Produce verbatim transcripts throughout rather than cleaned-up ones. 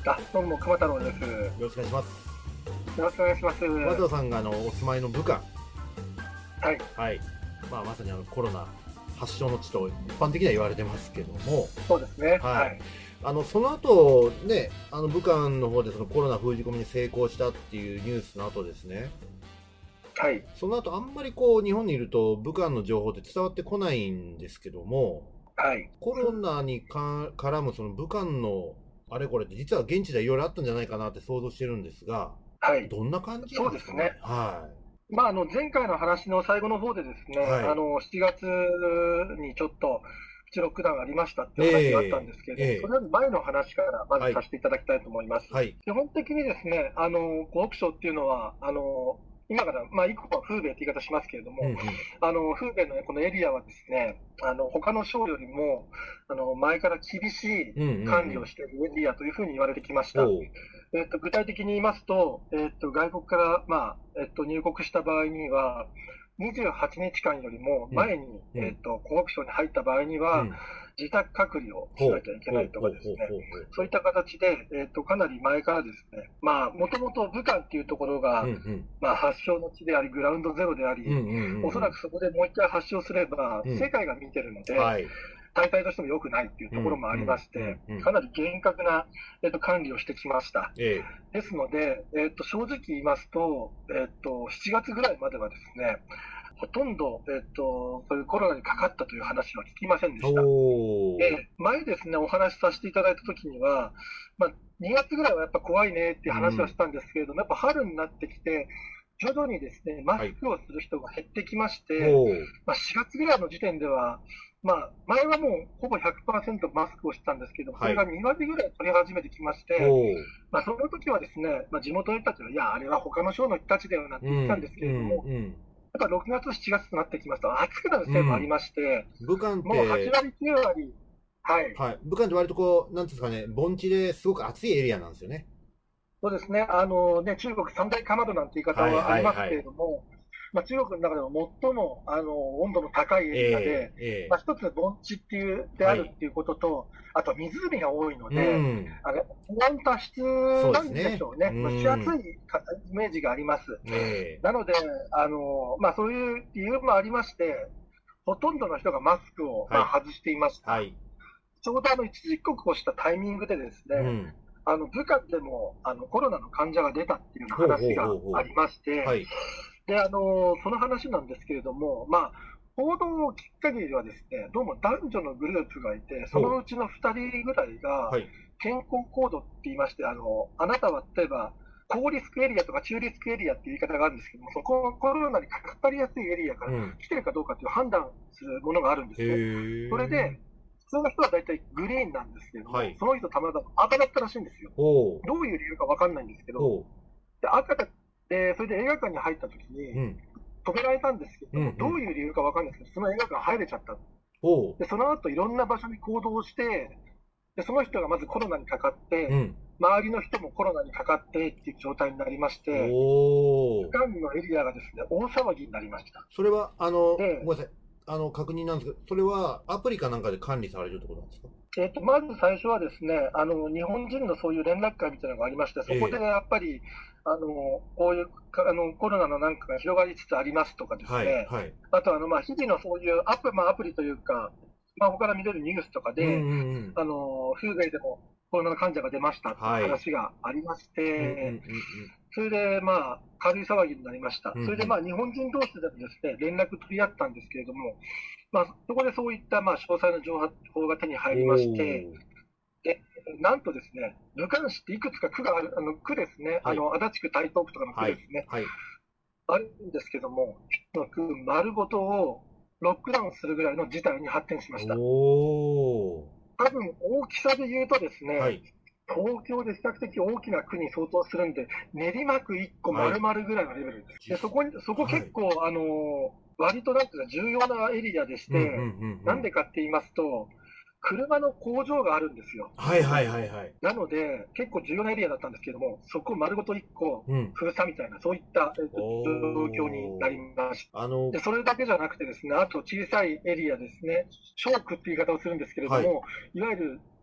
あ、どうも熊太郎です。よよろしくお願いします。 ろしくお願いします。 和藤さんがあのお住まいの武漢、 はい。 はい、まあ、まさにあのコロナ発祥の地と一般的には言われてますけども、 そうですね。 はい、 はい。 あのその後ね、あの武漢の方でそのコロナ封じ込めに成功したっていうニュースの後ですね、 はい。 その後あんまりこう日本にいると武漢の情報って伝わってこないんですけども、 はい。 コロナにか絡むその武漢のあれこれって実は現地でいろいろあったんじゃないかなって想像してるんですが、 はい。 どんな感じなんですかね。 そうですね。 はまあ、あの、前回の話の最後の方でですね、 はいあの、しちがつにちょっと、プチロックダウンありましたってい。 いう話があったんえですけれども、 ええそれより前の話からまはいずさせていただきたいと思います。 はい。 基本的にですね、あの、湖北省っていうのは、あの、今から、まあ、以降は風米って言い方しますけれども、 うんうん。 あの、風米のこのエリアはですね、あの、他の省よりも、あの、前から厳しいうんうんうん管理をしているエリアというふうに言われてきました。 おうえっと、具体的に言いますと、えっと、外国から、まあ、えっと、入国した場合には、にじゅうはちにちかんよりも前に、 うんえっと、湖北省に入った場合には、 うん自宅隔離をしほうなきゃいけないとかですね、 ほうほうほうほうそういった形で、えっと、かなり前からですね、まあ、もともと武漢っていうところが、 うんうんまあ、発祥の地であり、グラウンドゼロであり、 うんうんうんうんおそらくそこでもう一回発症すれば、 うん世界が見てるので、 はい大会としても良くないっていうところもありましうんうんてうんうん、 かなり厳格な、えっと、管理をしてきました。 えですので、えっと、正直言いますと、えっと、しちがつぐらいまではですね、ほとんど、えっと、そういうコロナにかかったという話は聞きませんでえした。 おーで、前ですね、お話しさせていただいたときには、まあ、にがつぐらいはやっぱ怖いねっていう話はしたんですけれども、やっぱ春になってきて、徐々にですね、マスクをする人が減ってきまして、 おーまあ、しがつぐらいの時点では、まあ、前はもうほぼひゃくパーセントマスクをしてたんですけど、それがに割ぐらい取り始めてきまして、 おーまあ、その時はですね、まあ、地元の人たちは、いや、あれは他の省の人たちだよなって言ってたんですけれども、 うんうんやっぱろくがつ、しちがつとなってきますと、暑くなるせいもありまして、 武漢ってもうはち割、きゅう割、はい、 はい、武漢って割とこうなんていうんですかね、盆地ですごく暑いエリアなんですよね。 そうですね、あのね、中国三大かまどなんて言い方はいはありますはいはいけれども、まあ、中国の中でも最もあの温度の高いエリアで、 えええまあ、一つ盆地っていうであるっていうことと、あと湖が多いのえで、 うんあれ、温暖多湿なんでしょうね、 そうですね蒸し暑いかイメージがあります。 ええなので、あのまあ、そういう理由もありまして、ほとんどの人がマスクを、まあ、外していました。 はいちょうどあの一時帰国をしたタイミングでですね、 うんあの武漢でもあのコロナの患者が出たっていうような話がありまして、 はいであのその話なんですけれども、まあ、報道を聞く限りではですね、どうも男女のグループがいて、そのうちのふたりぐらいがはい健康コードって言いまして、あのあなたは例えば高リスクエリアとか中リスクエリアっていう言い方があるんですけども、そこのコロナにかかりやすいエリアからうん来てるかどうかっていう判断するものがあるんですね。 へえそれで普通の人は大体グリーンなんですけれども、 はいその人たまたま赤だったらしいんですよ。 おどういう理由かわかんないんですけど、 おで赤だで、それで映画館に入った時にうん止められたんですけども、 うんうんどういう理由かわかんないですけど、その映画館入れちゃった。 おで、その後いろんな場所に行動して、で、その人がまずコロナにかかって、 うん周りの人もコロナにかかってっていう状態になりまして、 お武漢のエリアがですね、大騒ぎになりました。 それはあのでごめんなさい、あの確認なんですけど、それはアプリかなんかで管理されるってことなんですか。 えー、とまず最初はですね、あの日本人のそういう連絡会みたいなのがありまして、そこでやっぱり、あのこういうかあのコロナのなんかが広がりつつありますとかですね、 はいはいあとあの、まあ、日々のそういうアプ,、まあ、アプリというか、スマホから見れるニュースとかで、 うんうんうんあの風米でもコロナ患者が出ましたっていう話がありまして、 うんうんうんそれで、まあ、軽い騒ぎになりました。 うんうんそれで、まあ、日本人同士でもですね、連絡取り合ったんですけれども、まあ、そこでそういった、まあ、詳細な情報が手に入りまして、でなんとですね、武漢市っていくつか区がある、あの区ですね、 はいあの足立区、台東区とかの区はいですね、 はいあるんですけども、その区丸ごとをロックダウンするぐらいの事態に発展しました。 お多分大きさで言うとですね、 はい東京で比較的大きな区に相当するんで、練馬区いっこ丸々ぐらいのレベルです。でそこにそこ結構、はい、あの割となんていうか重要なエリアでして、うんうんうんうん、なんでかって言いますと、車の工場があるんですよ。 はいはいはいはい。 なので、結構重要なエリアだったんですけども、そこを丸ごといっこ封鎖みたいな、うん、そういった、えっと、状況になりました。あのでそれだけじゃなくてですね、あと小さいエリアですね、小区って言い方をするんですけれども、はい、いわゆる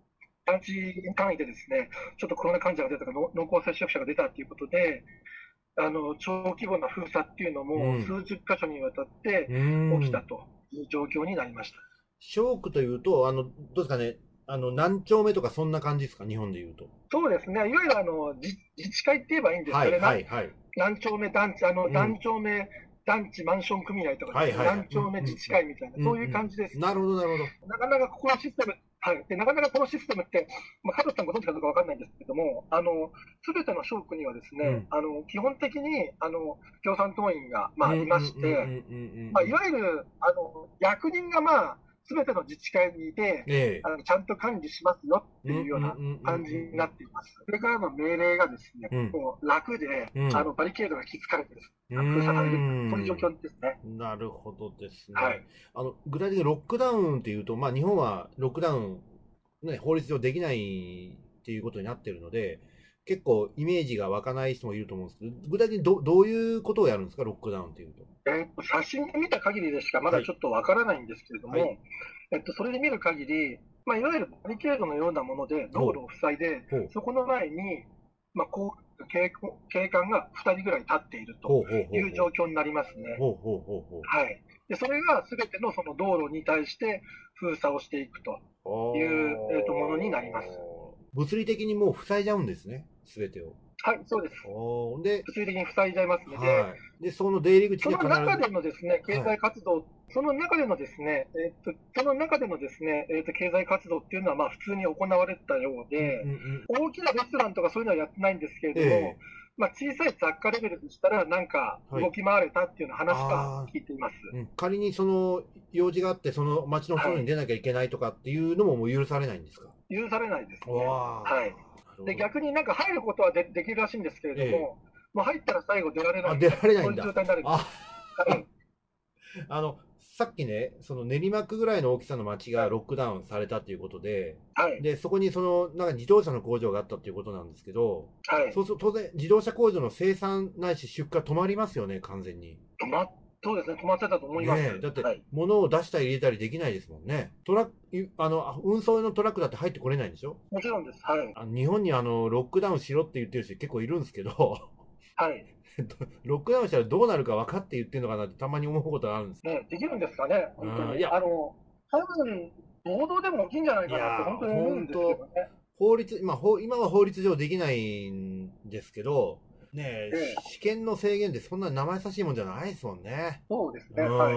団地単位でですね、ちょっとコロナ患者が出たとか、濃厚接触者が出たということで、あの長規模な封鎖っていうのも数十箇所にわたって起きたという状況になりました。 小区というと、あのどうですかね、あの何丁目とかそんな感じですか、日本でいうと。 そうですね、いわゆるあの自自治会って言えばいいんですかね、はいはい、何丁目団地、あの、うん、何丁目団地マンション組合とか、ね、何丁目自治会みたいな、うん、そういう感じです、ね、 なるほど、なるほど。 なかなかここのシステム、はい、でなかなかこのシステムって、まあ、加藤さんご存知かどうか分かんないんですけども、すべての小区にはですね、うん、あの基本的にあの共産党員が、まあ、いまして、いわゆるあの役人が、まあ、すべての自治会にいて、ええ、あのちゃんと管理しますよっていうような感じになっています。それからの命令がですね、うん、こう楽で、うん、あのバリケードがきつかれてです、ね、封鎖される、そういう状況ですね。 なるほどですね。はい、あの具体的にロックダウンっていうと、まあ、日本はロックダウン、ね、法律上できないっていうことになっているので、結構イメージが湧かない人もいると思うんですけど、具体的に ど, どういうことをやるんですか、ロックダウンっていうと。 えー、写真で見た限りでしかまだちょっとわからないんですけれども、はい、えっと、それで見る限り、まあ、いわゆるバリケードのようなもので道路を塞いで、そこの前に、まあ、こう警, 警官がふたりぐらい立っているという状況になりますね。でそれがすべてのその道路に対して封鎖をしていくという、えー、とものになります。 物理的にもう塞いじゃうんですね、すべてを。 はい、そうです。で物理的に塞いじゃいますので、 はい、でその出入り口で必ずその中でのですね経済活動、はい、その中でのですね、えー、とその中でのですね、えー、と経済活動っていうのはまあ普通に行われてたようで、うんうんうん、大きなレストランとかそういうのはやってないんですけれども、えーまあ、小さい雑貨レベルでしたら、なんか動き回れたっていうような話は聞いています、 はい、うん、仮にその用事があって、その街の外に出なきゃいけないとかっていうのももう許されないんですか。 許されないですね。はいで逆になんか入ることは で, できるらしいんですけれども、ええ、もう入ったら最後出られない、 あ出られないんだ。 そういう状態になるんです。 ああのさっきね、その練馬区ぐらいの大きさの町がロックダウンされたということで、はい、でそこにそのなんか自動車の工場があったということなんですけど、はい、そうすると当然、自動車工場の生産ないし出荷止まりますよね、完全に。 止まそうですね、止まってたと思います。 ね、だって、はい、物を出したり入れたりできないですもんね。トラあの運送用のトラックだって入ってこれないんでしょ。 もちろんです。はい、 あの日本にあのロックダウンしろって言ってる人結構いるんですけど、 はい、 ロックダウンしたらどうなるか分かって言ってるのかなってたまに思うことがあるんです。 ね、できるんですかね、本当に。いや、あの多分暴動でも大きいんじゃないかなって本当に思うんですけどね。 法律、今、今は法律上できないんですけど、ねえ、ええ、試験の制限でそんな生優しいもんじゃないですもんね。 そうですね。はい。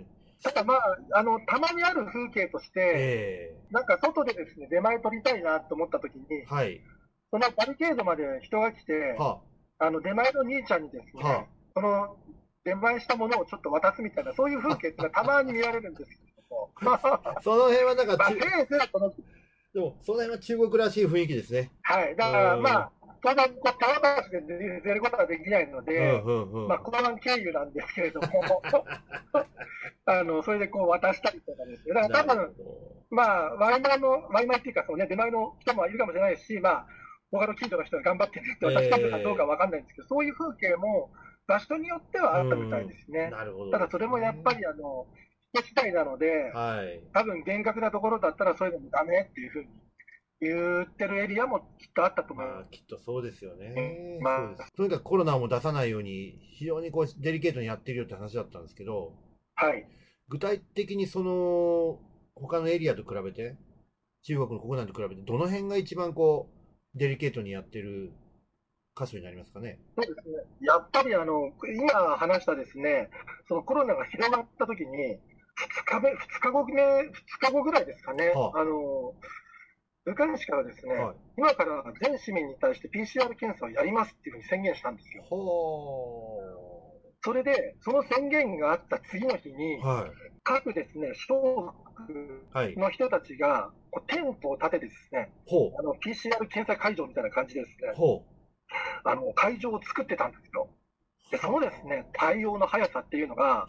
ただまあ、あの、たまにある風景として、ええ、なんか外でですね、出前取りたいなと思ったときに、はい、そのバリケードまで人が来て、はあ、あの出前の兄ちゃんにですね、はあ、その出前したものをちょっと渡すみたいな、そういう風景ってたまに見られるんですけどその辺はなんか、 まあ、せいぜいこのでも、その辺は中国らしい雰囲気ですね。 はい、だからまあ、ただ、たわしで出ることはできないので、まあ、公安経由なんですけれども、あのそれでこう渡したりとかですね、だから多分、まあ、ワイマーの、ワイマーっていうか、そうね、出前の人もいるかもしれないし、まあ、他の近所の人が頑張ってるって渡したのかどうかわかんないんですけど、そういう風景も場所によってはあったみたいですね。なるほど。ただ、それもやっぱり、あの、人次第なので、はい、多分厳格なところだったら、そういうのもダメっていうふうに言ってるエリアもきっとあったと思います。まあ、 きっとそうですよね。うん、まあ、そうです。とにかくコロナを出さないように、非常にこうデリケートにやってるよって話だったんですけど、はい、具体的にその他のエリアと比べて、中国の国内と比べて、どの辺が一番こうデリケートにやってる箇所になりますかね。 そうですね。やっぱりあの今話したですね、そのコロナが広がったときに、ふつかめ、ふつかごめ、ふつかごぐらいですかね、はあ、あの武漢市からですね、はい、今から全市民に対して ピーシーアール 検査をやりますっていうふうに宣言したんですよ。それで、その宣言があった次の日に、はい、各ですね、小区の人たちがこうテントを立ててですね、あの ピーシーアール 検査会場みたいな感じですね、あの会場を作ってたんですよ。でそのですね、対応の速さっていうのが、はい、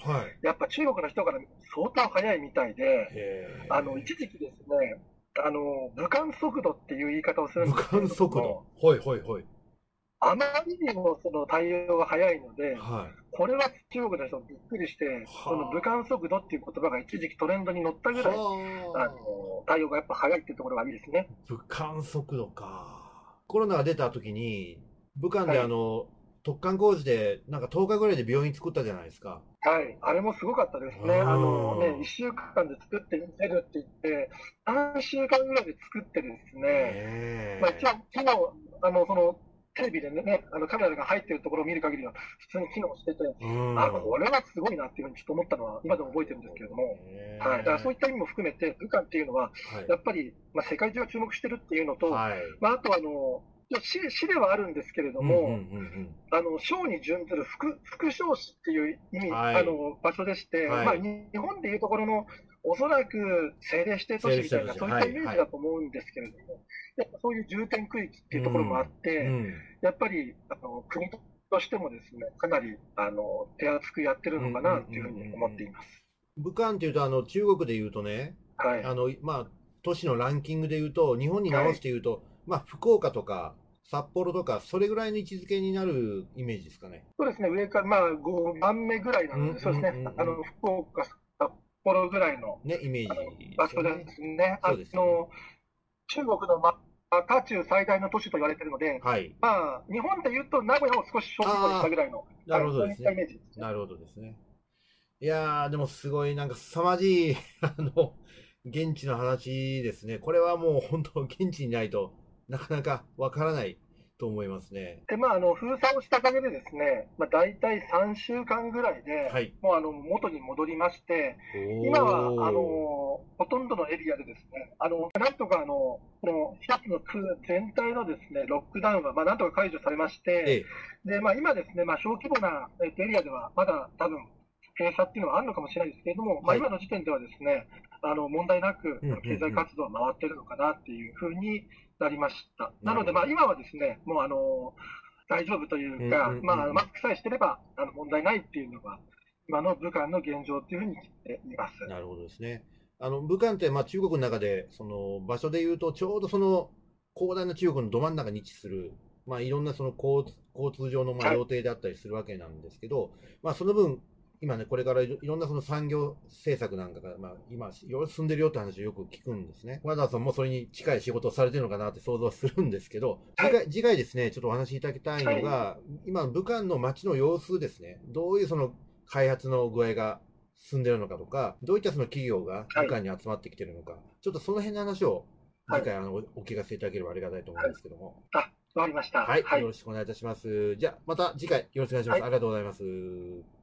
やっぱ中国の人から相当速いみたいで、あの一時期ですね、あの武漢速度っていう言い方をするんですけども、 武漢速度、はいはいはい、 あまりにもその対応が早いので、 はい、これは中国の人もびっくりして、その武漢速度っていう言葉が一時期トレンドに乗ったぐらい、あの対応がやっぱ早いっていうところがいいですね。 武漢速度か。コロナが出た時に、武漢であの、はい、突貫工事で、なんかとおかぐらいで病院作ったじゃないですか。 はい、あれもすごかったですね。あのね、いっしゅうかんで作ってみせるって言って、さんしゅうかんぐらいで作ってですね、まあ、一応、昨日、あの、その、テレビでね、あのカメラが入ってるところを見る限りは、普通に機能してて、あ、これはすごいなっていうふうにちょっと思ったのは、今でも覚えてるんですけれども、はい、だからそういった意味も含めて、武漢っていうのは、やっぱり、まあ、世界中が注目してるっていうのと、はい、まあ、あとあの、市, 市ではあるんですけれども、あの省に準ずる 副, 副省市っていう意味、はい、あの場所でして、はい、まあ、日本でいうところのおそらく政令指定都市みたいな、そういったイメージだと思うんですけれども、はいはい、やっぱそういう重点区域っていうところもあって、うんうん、やっぱりあの国としてもですね、かなりあの手厚くやってるのかなというふうに思っています。 武漢っていうと、あの中国でいうとね、はい、あのまあ、都市のランキングでいうと、日本に直していうと、はい、まあ、福岡とか、札幌とか、それぐらいの位置づけになるイメージですかね。 そうですね、上からまあごばんめぐらいなので、そうですね、あの福岡、札幌ぐらいの、 ね、イメージ、ね、 場所ですね。あの、ね、中国の、まあ、渦中最大の都市と言われているので、はい、まあ、日本でいうと名古屋を少し小規模にしたぐらいの、 なるほどですね。なるほどですね。いやー、でもすごいなんか凄まじい、あの、現地の話ですね。これはもう本当、現地にないとなかなかわからないと思いますね。 で、まあ、あの封鎖をしたおかげでですね、まあ、大体さんしゅうかんぐらいで、はい、もうあの元に戻りまして、今はあのほとんどのエリアでですね、あのなんとかあのこのひゃくの区全体のですねロックダウンはまあなんとか解除されまして、ええ、でまあ、今ですね、まあ、小規模なエリアではまだ多分閉鎖っていうのはあるのかもしれないですけれども、はい、まあ、今の時点ではですね、あの問題なく経済活動は回っているのかなっていうふうになりました。なので、まあ、今はですね、もうあの大丈夫というか、まあ、マスクさえしてればあの問題ないっていうのが、今の武漢の現状というふうに言います。 なるほどですね。あの武漢ってまあ中国の中で、その場所でいうと、ちょうどその広大な中国のど真ん中に位置する、まあ、いろんなその交交通上のまあ要諦であったりするわけなんですけど、はい、まあ、その分、今ね、これからいろんなその産業政策なんかが、まあ、今、いろいろ進んでるよって話をよく聞くんですね。和田さんもそれに近い仕事をされてるのかなって想像するんですけど、次回、次回ですね、ちょっとお話しいただきたいのが、はい、今、武漢の街の様子ですね、どういうその開発の具合が進んでるのかとか、どういったその企業が武漢に集まってきてるのか、はい、ちょっとその辺の話を次回、あの、お聞かせいただければありがたいと思うんですけども。 はい、あ、わかりました。 はい、はい、よろしくお願いいたします。じゃあ、また次回よろしくお願いします。はい、ありがとうございます。